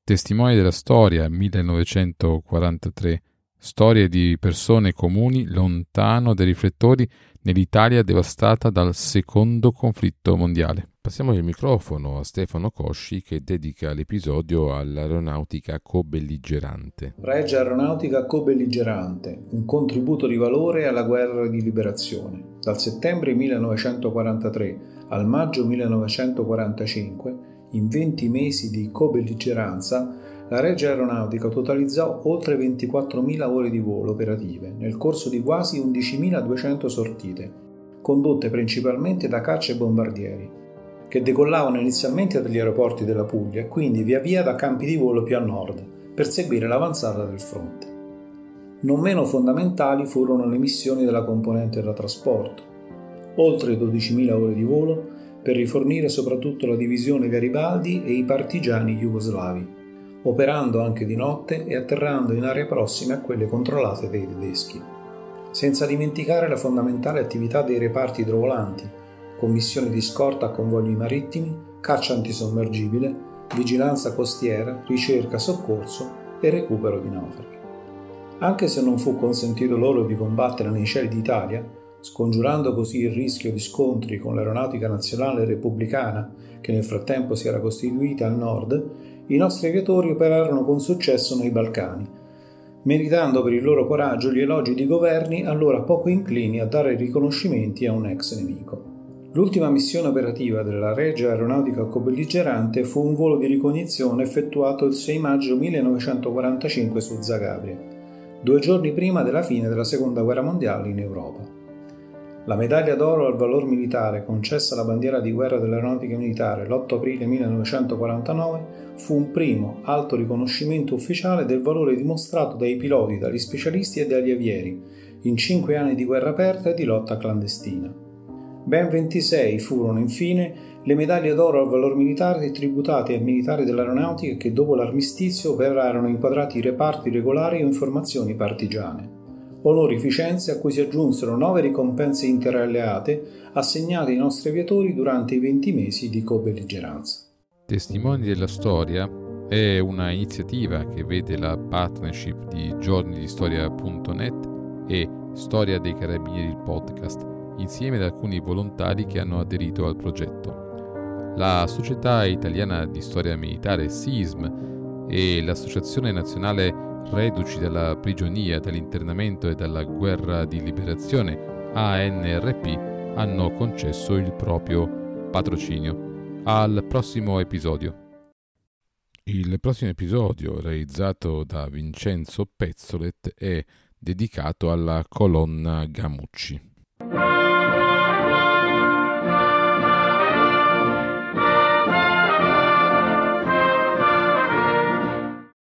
Testimoni della storia, 1943. Storie di persone comuni lontano dai riflettori nell'Italia devastata dal secondo conflitto mondiale. Passiamo il microfono a Stefano Cosci che dedica l'episodio all'aeronautica co-belligerante. Regia Aeronautica co-belligerante, un contributo di valore alla guerra di liberazione. Dal settembre 1943 al maggio 1945, in 20 mesi di co-belligeranza, la Regia Aeronautica totalizzò oltre 24.000 ore di volo operative nel corso di quasi 11.200 sortite, condotte principalmente da caccia e bombardieri, che decollavano inizialmente dagli aeroporti della Puglia e quindi via via da campi di volo più a nord, per seguire l'avanzata del fronte. Non meno fondamentali furono le missioni della componente da trasporto, oltre 12.000 ore di volo per rifornire soprattutto la divisione Garibaldi e i partigiani jugoslavi, operando anche di notte e atterrando in aree prossime a quelle controllate dai tedeschi. Senza dimenticare la fondamentale attività dei reparti idrovolanti, con missioni di scorta a convogli marittimi, caccia antisommergibile, vigilanza costiera, ricerca, soccorso e recupero di naufraghi. Anche se non fu consentito loro di combattere nei cieli d'Italia, scongiurando così il rischio di scontri con l'Aeronautica Nazionale Repubblicana, che nel frattempo si era costituita al nord, i nostri aviatori operarono con successo nei Balcani, meritando per il loro coraggio gli elogi di governi allora poco inclini a dare riconoscimenti a un ex nemico. L'ultima missione operativa della Regia Aeronautica co-belligerante fu un volo di ricognizione effettuato il 6 maggio 1945 su Zagabria, 2 giorni prima della fine della Seconda Guerra Mondiale in Europa. La medaglia d'oro al valor militare concessa alla bandiera di guerra dell'aeronautica militare l'8 aprile 1949 fu un primo alto riconoscimento ufficiale del valore dimostrato dai piloti, dagli specialisti e dagli avieri in 5 anni di guerra aperta e di lotta clandestina. Ben 26 furono infine le medaglie d'oro al valor militare tributate ai militari dell'aeronautica che dopo l'armistizio operarono inquadrati reparti regolari o in formazioni partigiane. Onorificenze a cui si aggiunsero 9 ricompense interalleate assegnate ai nostri aviatori durante i 20 mesi di co-belligeranza. Testimoni della storia è una iniziativa che vede la partnership di giornidistoria.net e Storia dei Carabinieri il podcast, insieme ad alcuni volontari che hanno aderito al progetto. La Società Italiana di Storia Militare SISM e l'Associazione Nazionale Reduci dalla prigionia, dall'internamento e dalla guerra di liberazione ANRP hanno concesso il proprio patrocinio. Al prossimo episodio. Il prossimo episodio, realizzato da Vincenzo Pezzolet, è dedicato alla colonna Gamucci.